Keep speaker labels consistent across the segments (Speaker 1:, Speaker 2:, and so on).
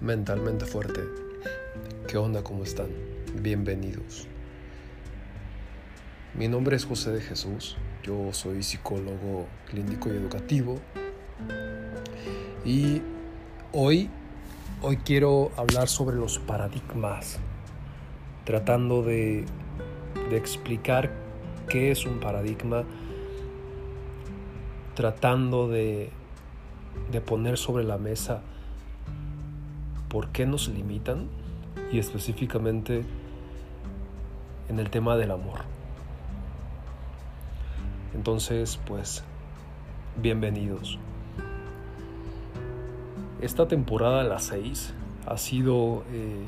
Speaker 1: Mentalmente fuerte. ¿Qué onda? ¿Cómo están? Bienvenidos. Mi nombre es José de Jesús. Yo soy psicólogo clínico y educativo. Y hoy quiero hablar sobre los paradigmas, tratando de explicar qué es un paradigma, tratando de poner sobre la mesa por qué nos limitan y específicamente en el tema del amor. Entonces, pues, bienvenidos. Esta temporada, la 6, ha sido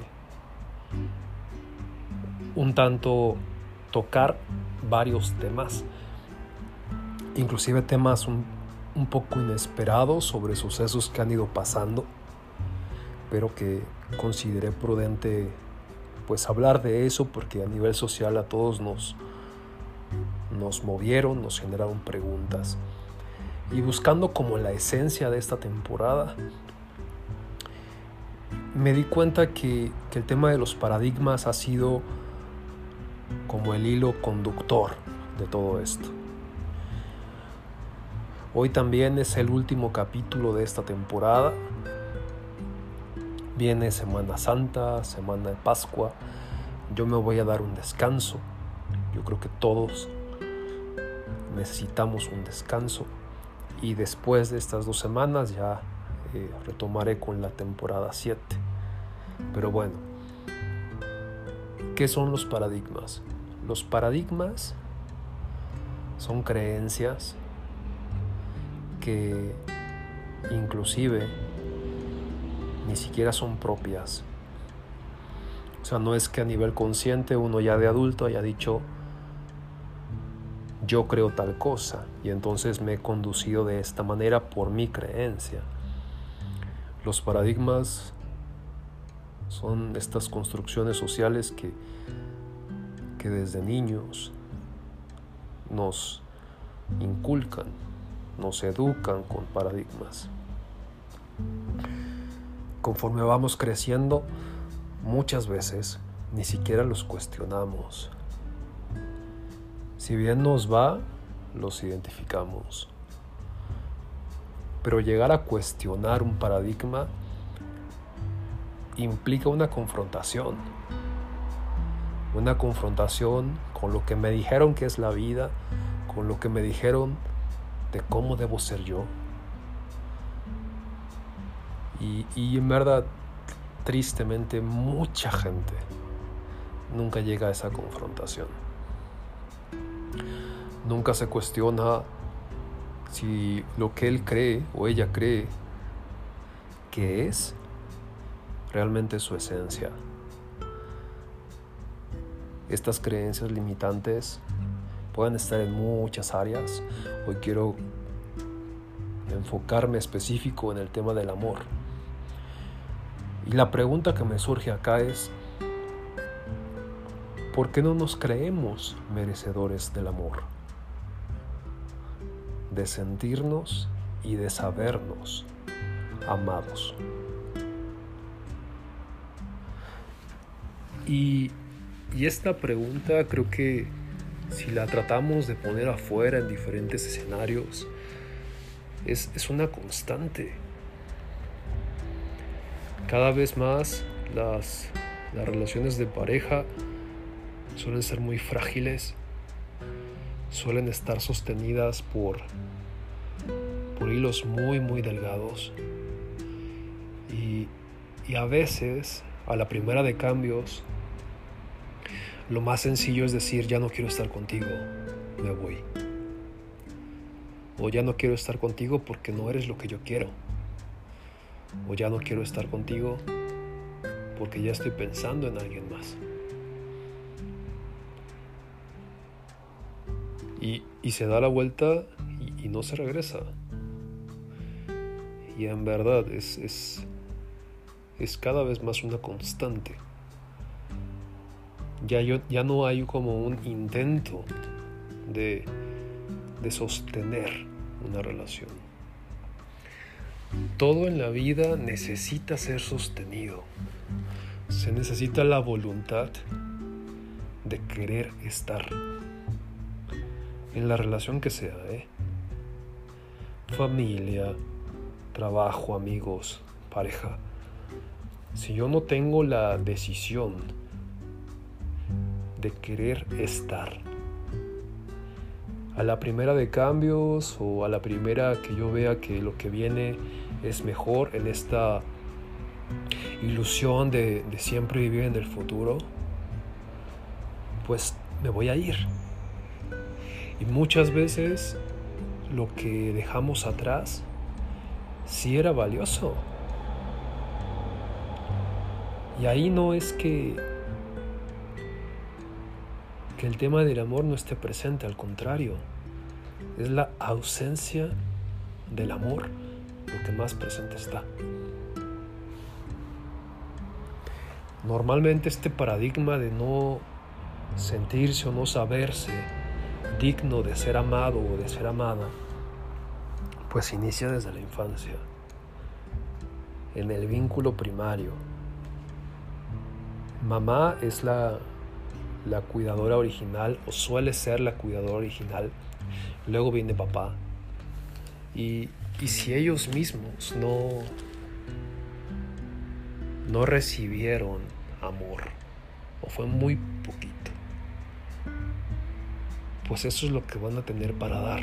Speaker 1: un tanto tocar varios temas, inclusive temas un poco inesperados sobre sucesos que han ido pasando, pero que consideré prudente pues hablar de eso porque a nivel social a todos nos movieron, nos generaron preguntas. Y buscando como la esencia de esta temporada, me di cuenta que el tema de los paradigmas ha sido como el hilo conductor de todo esto. Hoy también es el último capítulo de esta temporada. Viene Semana Santa, Semana de Pascua. Yo me voy a dar un descanso. Yo creo que todos necesitamos un descanso. Y después de estas 2 semanas ya retomaré con la temporada 7. Pero bueno, ¿qué son los paradigmas? Los paradigmas son creencias que inclusive ni siquiera son propias. O sea, no es que a nivel consciente uno ya de adulto haya dicho yo creo tal cosa y entonces me he conducido de esta manera por mi creencia. Los paradigmas son estas construcciones sociales que desde niños nos inculcan, nos educan con paradigmas. Conforme vamos creciendo, muchas veces ni siquiera los cuestionamos. Si bien nos va, los identificamos. Pero llegar a cuestionar un paradigma implica una confrontación. Una confrontación con lo que me dijeron que es la vida, con lo que me dijeron de cómo debo ser yo. Y en verdad, tristemente, mucha gente nunca llega a esa confrontación. Nunca se cuestiona si lo que él cree o ella cree que es realmente su esencia. Estas creencias limitantes pueden estar en muchas áreas. Hoy quiero enfocarme específico en el tema del amor. Y la pregunta que me surge acá es, ¿por qué no nos creemos merecedores del amor? De sentirnos y de sabernos amados. Y esta pregunta creo que si la tratamos de poner afuera en diferentes escenarios, es una constante. Cada vez más las relaciones de pareja suelen ser muy frágiles, suelen estar sostenidas por hilos muy muy delgados y a veces a la primera de cambios lo más sencillo es decir ya no quiero estar contigo, me voy, o ya no quiero estar contigo porque no eres lo que yo quiero, o ya no quiero estar contigo porque ya estoy pensando en alguien más. Y se da la vuelta y no se regresa. Y en verdad es cada vez más una constante. Ya no hay como un intento de sostener una relación. Todo en la vida necesita ser sostenido. Se necesita la voluntad de querer estar en la relación que sea, familia, trabajo, amigos, pareja. Si yo no tengo la decisión de querer estar, a la primera de cambios o a la primera que yo vea que lo que viene es mejor, en esta ilusión de siempre vivir en el futuro, pues me voy a ir. Y muchas veces lo que dejamos atrás sí era valioso. Y ahí no es que el tema del amor no esté presente, al contrario, es la ausencia del amor lo que más presente está. Normalmente este paradigma de no sentirse o no saberse digno de ser amado o de ser amada, pues inicia desde la infancia, en el vínculo primario. Mamá es la cuidadora original, o suele ser la cuidadora original. Luego viene papá. Y si ellos mismos no recibieron amor, o fue muy poquito, pues eso es lo que van a tener para dar.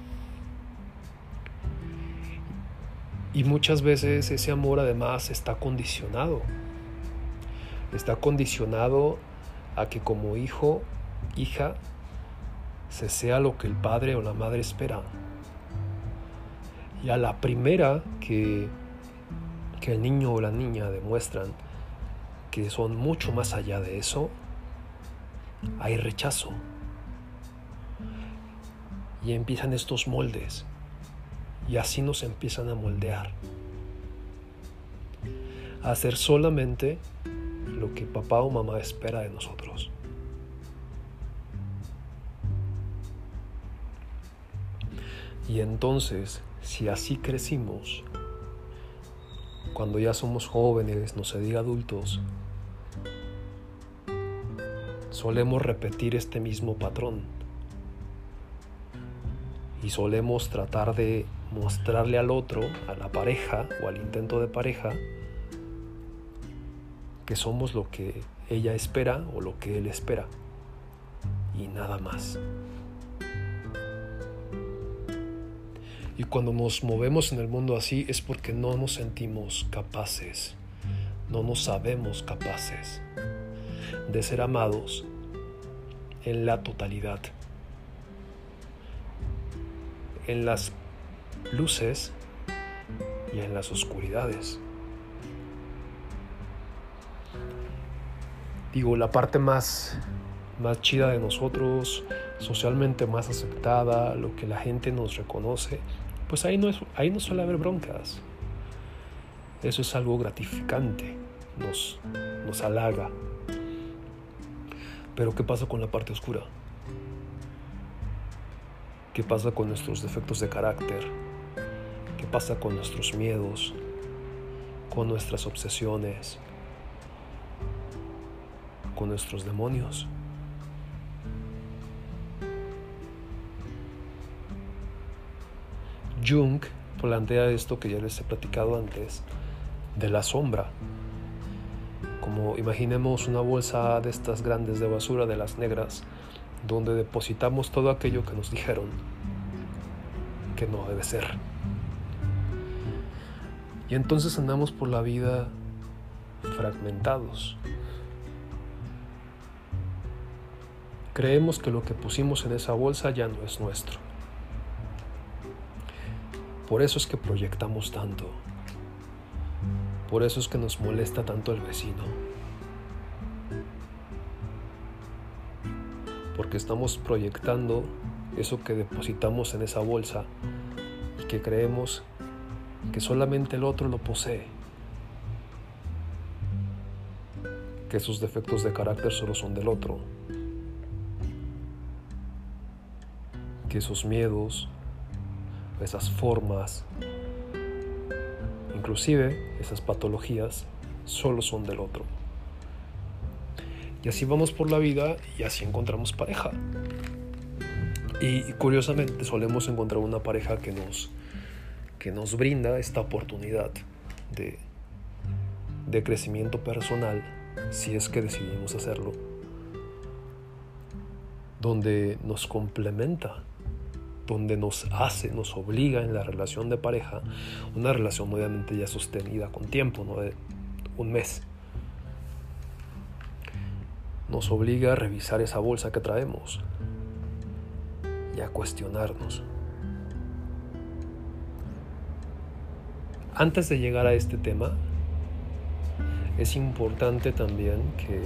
Speaker 1: Y muchas veces ese amor además está condicionado. Está condicionado a que como hijo, hija, se sea lo que el padre o la madre espera. Y a la primera que el niño o la niña demuestran que son mucho más allá de eso, hay rechazo. Y empiezan estos moldes. Y así nos empiezan a moldear. A hacer solamente lo que papá o mamá espera de nosotros. Y entonces, si así crecimos, cuando ya somos jóvenes, no se diga adultos, solemos repetir este mismo patrón. Y solemos tratar de mostrarle al otro, a la pareja o al intento de pareja, que somos lo que ella espera o lo que él espera, y nada más. Y cuando nos movemos en el mundo así es porque no nos sentimos capaces, no nos sabemos capaces de ser amados en la totalidad, en las luces y en las oscuridades. Digo, la parte más chida de nosotros, socialmente más aceptada, lo que la gente nos reconoce, pues ahí no suele haber broncas. Eso es algo gratificante, nos halaga. Pero ¿qué pasa con la parte oscura? ¿Qué pasa con nuestros defectos de carácter? ¿Qué pasa con nuestros miedos? ¿Con nuestras obsesiones? ¿Con nuestros demonios? Jung plantea esto que ya les he platicado antes, de la sombra. Como imaginemos una bolsa de estas grandes de basura, de las negras, donde depositamos todo aquello que nos dijeron que no debe ser. Y entonces andamos por la vida fragmentados. Creemos que lo que pusimos en esa bolsa ya no es nuestro. Por eso es que proyectamos tanto. Por eso es que nos molesta tanto el vecino. Porque estamos proyectando eso que depositamos en esa bolsa y que creemos que solamente el otro lo posee. Que sus defectos de carácter solo son del otro. Que esos miedos, esas formas, inclusive esas patologías solo son del otro. Y así vamos por la vida y así encontramos pareja. Y curiosamente solemos encontrar una pareja que nos brinda esta oportunidad de crecimiento personal, si es que decidimos hacerlo, donde nos complementa, donde nos obliga en la relación de pareja, una relación obviamente ya sostenida con tiempo, no de un mes. Nos obliga a revisar esa bolsa que traemos y a cuestionarnos. Antes de llegar a este tema, es importante también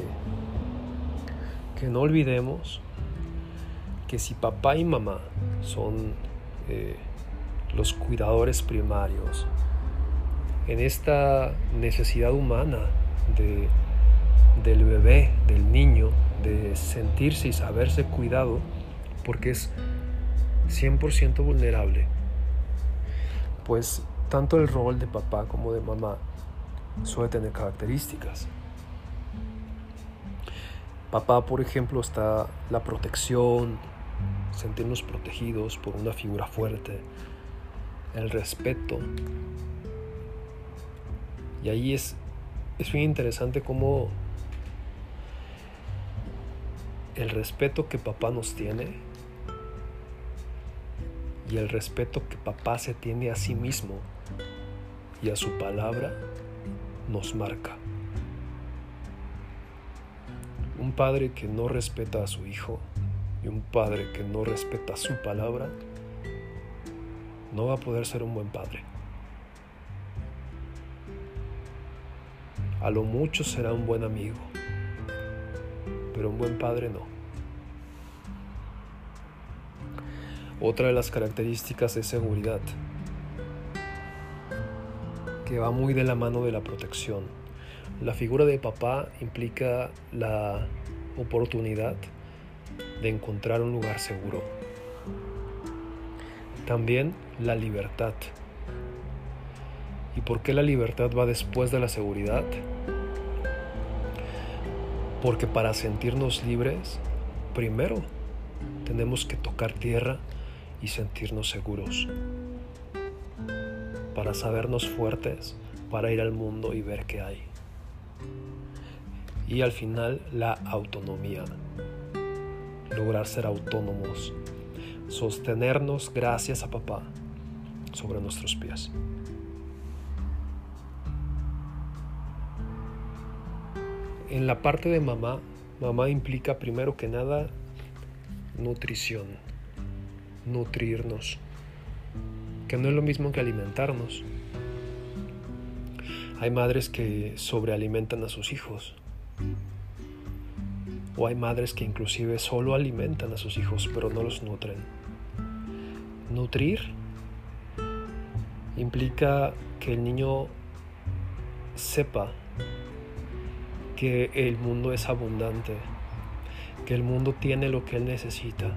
Speaker 1: que no olvidemos que si papá y mamá son los cuidadores primarios en esta necesidad humana del bebé, del niño, de sentirse y saberse cuidado, porque es 100% vulnerable, pues tanto el rol de papá como de mamá suele tener características. Papá, por ejemplo, está la protección, sentirnos protegidos por una figura fuerte, el respeto. Y ahí es bien interesante cómo el respeto que papá nos tiene y el respeto que papá se tiene a sí mismo y a su palabra nos marca. Un padre que no respeta a su hijo y un padre que no respeta su palabra no va a poder ser un buen padre. A lo mucho será un buen amigo, pero un buen padre no. Otra de las características es seguridad, que va muy de la mano de la protección. La figura de papá implica la oportunidad de encontrar un lugar seguro. También la libertad. ¿Y por qué la libertad va después de la seguridad? Porque para sentirnos libres, primero tenemos que tocar tierra y sentirnos seguros. Para sabernos fuertes, para ir al mundo y ver qué hay. Y al final, la autonomía. Lograr ser autónomos. Sostenernos gracias a papá sobre nuestros pies. En la parte de mamá implica primero que nada nutrición, nutrirnos, que no es lo mismo que alimentarnos. Hay madres que sobrealimentan a sus hijos, o hay madres que inclusive solo alimentan a sus hijos pero no los nutren. Nutrir implica que el niño sepa que el mundo es abundante, que el mundo tiene lo que él necesita.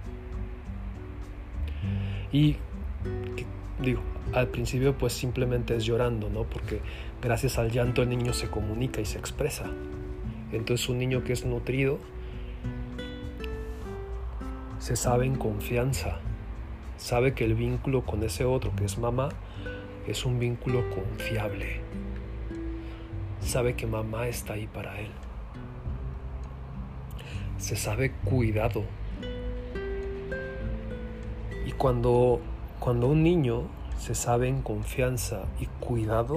Speaker 1: Y al principio pues simplemente es llorando, ¿no? Porque gracias al llanto el niño se comunica y se expresa. Entonces un niño que es nutrido se sabe en confianza, sabe que el vínculo con ese otro que es mamá es un vínculo confiable. Sabe que mamá está ahí para él. Se sabe cuidado. Y cuando un niño se sabe en confianza y cuidado,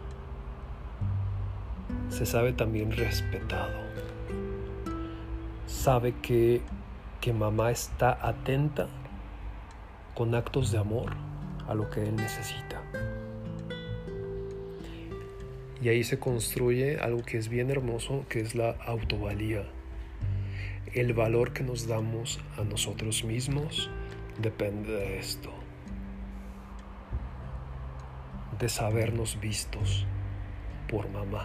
Speaker 1: se sabe también respetado. Sabe que mamá está atenta con actos de amor a lo que él necesita. Y ahí se construye algo que es bien hermoso, que es la autovalía. El valor que nos damos a nosotros mismos depende de esto. De sabernos vistos por mamá.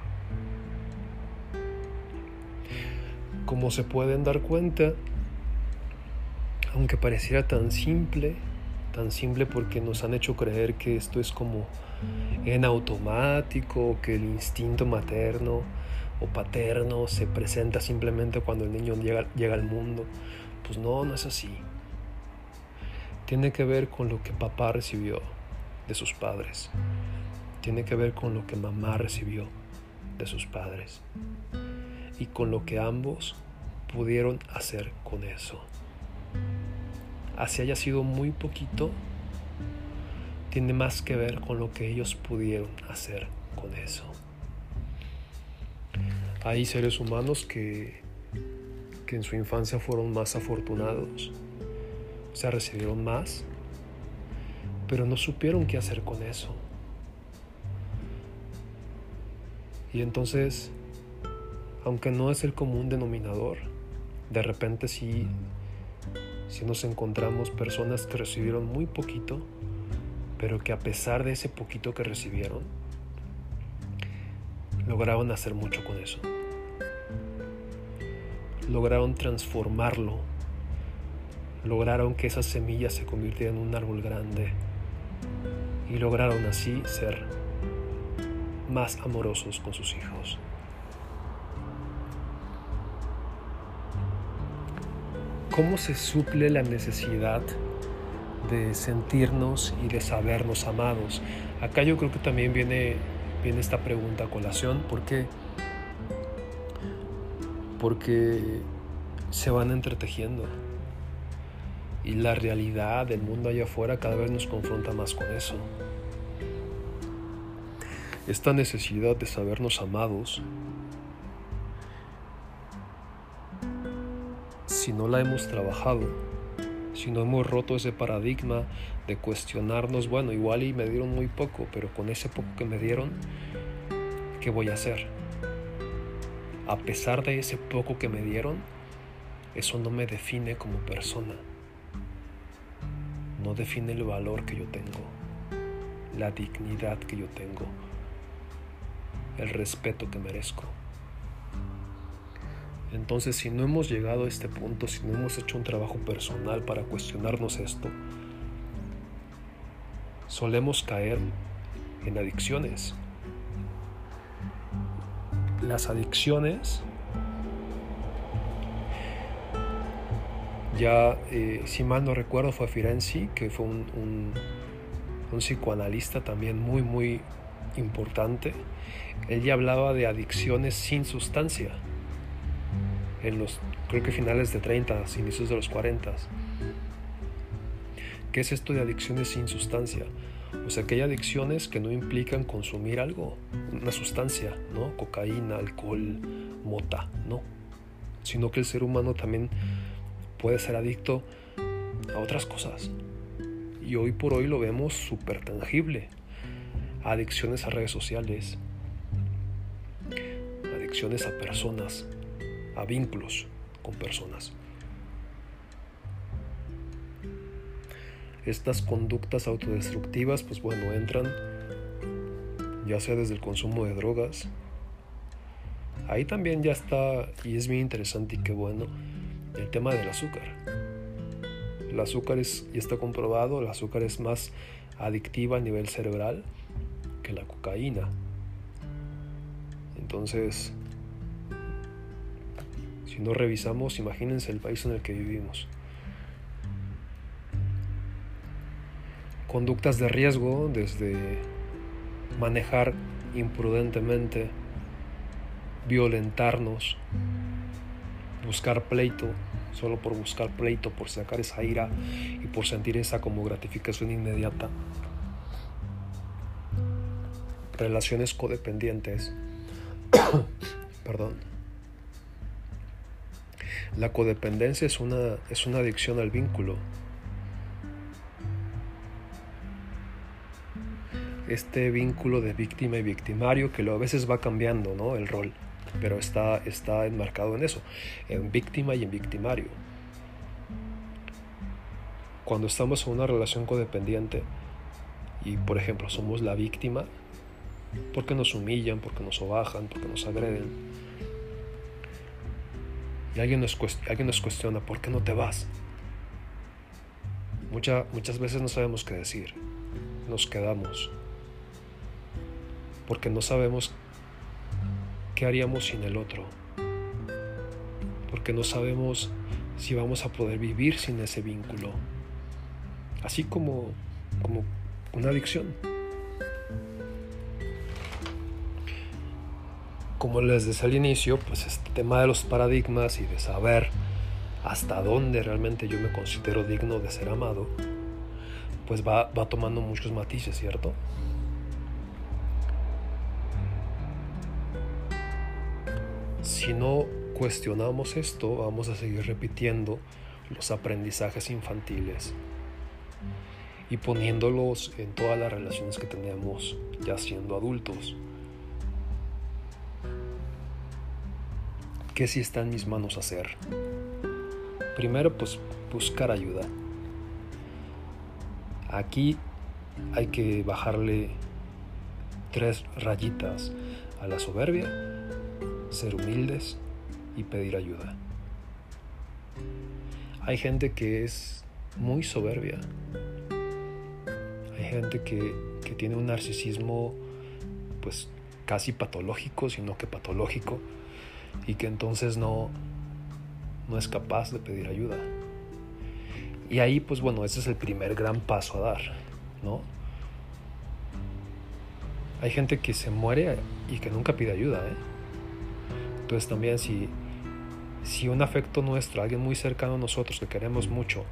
Speaker 1: Como se pueden dar cuenta, aunque pareciera tan simple, Tan simple porque nos han hecho creer que esto es como en automático, que el instinto materno o paterno se presenta simplemente cuando el niño llega al mundo. Pues no es así. Tiene que ver con lo que papá recibió de sus padres. Tiene que ver con lo que mamá recibió de sus padres. Y con lo que ambos pudieron hacer con eso. Así haya sido muy poquito, tiene más que ver con lo que ellos pudieron hacer con eso. Hay seres humanos que en su infancia fueron más afortunados, o sea, recibieron más, pero no supieron qué hacer con eso. Y entonces, aunque no es el común denominador, de repente sí nos encontramos personas que recibieron muy poquito, pero que a pesar de ese poquito que recibieron, lograron hacer mucho con eso. Lograron transformarlo. Lograron que esa semilla se convirtiera en un árbol grande. Y lograron así ser más amorosos con sus hijos. ¿Cómo se suple la necesidad de sentirnos y de sabernos amados? Acá yo creo que también viene esta pregunta a colación. ¿Por qué? Porque se van entretejiendo. Y la realidad del mundo allá afuera cada vez nos confronta más con eso. Esta necesidad de sabernos amados, si no la hemos trabajado, si no hemos roto ese paradigma de cuestionarnos, bueno, igual y me dieron muy poco, pero con ese poco que me dieron, ¿qué voy a hacer? A pesar de ese poco que me dieron, eso no me define como persona. No define el valor que yo tengo, la dignidad que yo tengo, el respeto que merezco. Entonces, si no hemos llegado a este punto, si no hemos hecho un trabajo personal para cuestionarnos esto, solemos caer en adicciones. Las adicciones, ya si mal no recuerdo, fue Firenze, que fue un psicoanalista también muy, muy importante. Él ya hablaba de adicciones sin sustancia. En los, creo que finales de 30, inicios de los 40. ¿Qué es esto de adicciones sin sustancia? O sea, que hay adicciones que no implican consumir algo, una sustancia, ¿no? Cocaína, alcohol, mota, ¿no? Sino que el ser humano también puede ser adicto a otras cosas. Y hoy por hoy lo vemos súper tangible. Adicciones a redes sociales, adicciones a personas, a vínculos con personas. Estas conductas autodestructivas, pues bueno, entran ya sea desde el consumo de drogas. Ahí también ya está, y es bien interesante y qué bueno, el tema del azúcar. El azúcar ya está comprobado, el azúcar es más adictiva a nivel cerebral que la cocaína. Entonces, si no revisamos, imagínense el país en el que vivimos. Conductas de riesgo, desde manejar imprudentemente, violentarnos, buscar pleito, solo por buscar pleito, por sacar esa ira y por sentir esa como gratificación inmediata. Relaciones codependientes. Perdón. La codependencia es una adicción al vínculo. Este vínculo de víctima y victimario que a veces va cambiando, ¿no? El rol, pero está enmarcado en eso, en víctima y en victimario. Cuando estamos en una relación codependiente y, por ejemplo, somos la víctima, porque nos humillan, porque nos sobajan, porque nos agreden, y alguien nos cuestiona, ¿por qué no te vas? Muchas veces no sabemos qué decir. Nos quedamos. Porque no sabemos qué haríamos sin el otro. Porque no sabemos si vamos a poder vivir sin ese vínculo. Así como una adicción. Como les decía al inicio, pues este tema de los paradigmas y de saber hasta dónde realmente yo me considero digno de ser amado, pues va tomando muchos matices, ¿cierto? Si no cuestionamos esto, vamos a seguir repitiendo los aprendizajes infantiles y poniéndolos en todas las relaciones que tenemos ya siendo adultos. ¿Qué sí está en mis manos hacer? Primero, pues buscar ayuda. Aquí hay que bajarle 3 rayitas a la soberbia, ser humildes y pedir ayuda. Hay gente que es muy soberbia. Hay gente que tiene un narcisismo pues casi patológico, sino que patológico, y que entonces no es capaz de pedir ayuda. Y ahí pues bueno, ese es el primer gran paso a dar, ¿no? Hay gente que se muere y que nunca pide ayuda, ¿eh? Entonces también si un afecto nuestro, alguien muy cercano a nosotros que queremos mucho,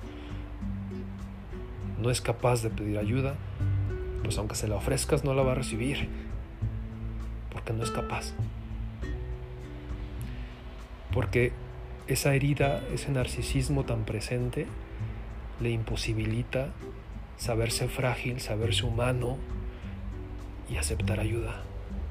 Speaker 1: no es capaz de pedir ayuda, pues aunque se la ofrezcas no la va a recibir, porque no es capaz. Porque esa herida, ese narcisismo tan presente, le imposibilita saberse frágil, saberse humano y aceptar ayuda.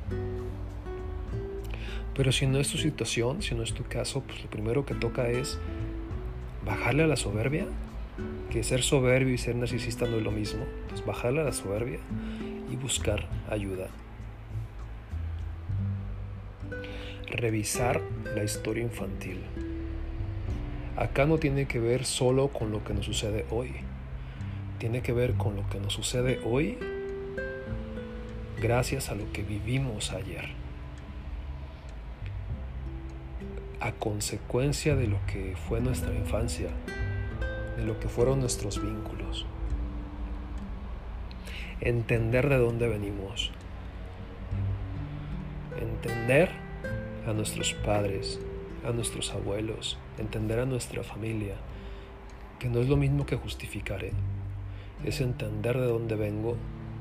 Speaker 1: Pero si no es tu situación, si no es tu caso, pues lo primero que toca es bajarle a la soberbia, que ser soberbio y ser narcisista no es lo mismo. Pues bajarle a la soberbia y buscar ayuda. Revisar la historia infantil. Acá no tiene que ver solo con lo que nos sucede hoy. Tiene que ver con lo que nos sucede hoy gracias a lo que vivimos ayer. A consecuencia de lo que fue nuestra infancia, de lo que fueron nuestros vínculos. Entender de dónde venimos. Entender a nuestros padres, a nuestros abuelos, entender a nuestra familia, que no es lo mismo que justificar, es entender de dónde vengo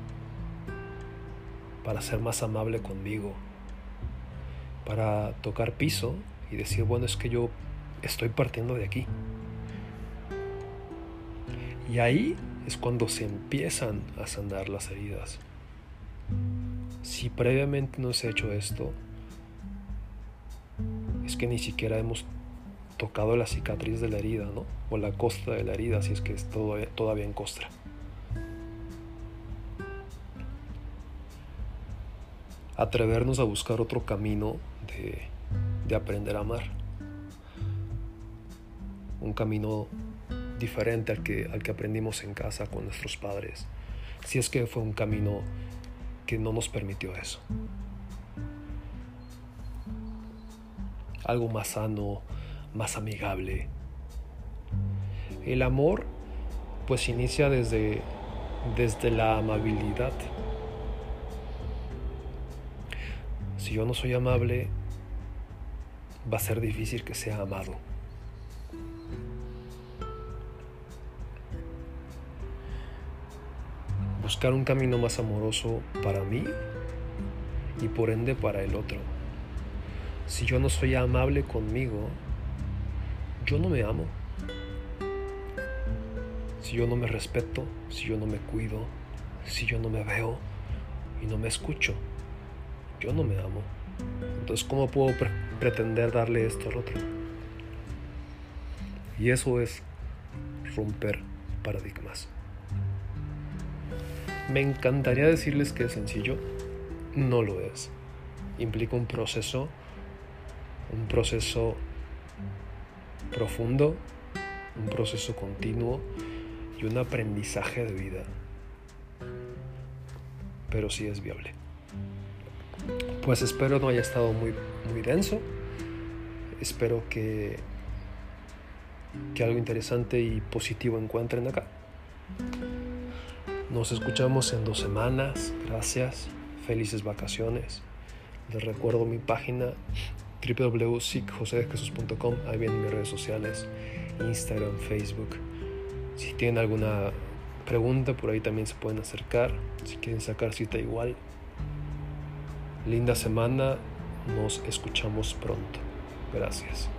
Speaker 1: para ser más amable conmigo, para tocar piso y decir, bueno, es que yo estoy partiendo de aquí. Y ahí es cuando se empiezan a sanar las heridas. Si previamente no se ha hecho esto, es que ni siquiera hemos tocado la cicatriz de la herida, ¿no? O la costra de la herida, si es que es todavía en costra. Atrevernos a buscar otro camino de aprender a amar. Un camino diferente al que aprendimos en casa con nuestros padres. Si es que fue un camino que no nos permitió eso. Algo más sano, más amigable. El amor pues inicia desde la amabilidad. Si yo no soy amable, va a ser difícil que sea amado. Buscar un camino más amoroso para mí y por ende para el otro. Si yo no soy amable conmigo, yo no me amo. Si yo no me respeto, si yo no me cuido, si yo no me veo y no me escucho, yo no me amo. Entonces, ¿cómo puedo pretender darle esto al otro? Y eso es romper paradigmas. Me encantaría decirles que es sencillo, no lo es. Implica un proceso profundo, un proceso continuo y un aprendizaje de vida, pero sí es viable. Pues espero no haya estado muy denso. Espero que algo interesante y positivo encuentren acá. Nos escuchamos en 2 semanas. Gracias. Felices vacaciones. Les recuerdo mi página www.sicjosedejesus.com. Ahí vienen mis redes sociales, Instagram, Facebook. Si tienen alguna pregunta, por ahí también se pueden acercar. Si quieren sacar cita, igual. Linda semana. Nos escuchamos pronto. Gracias.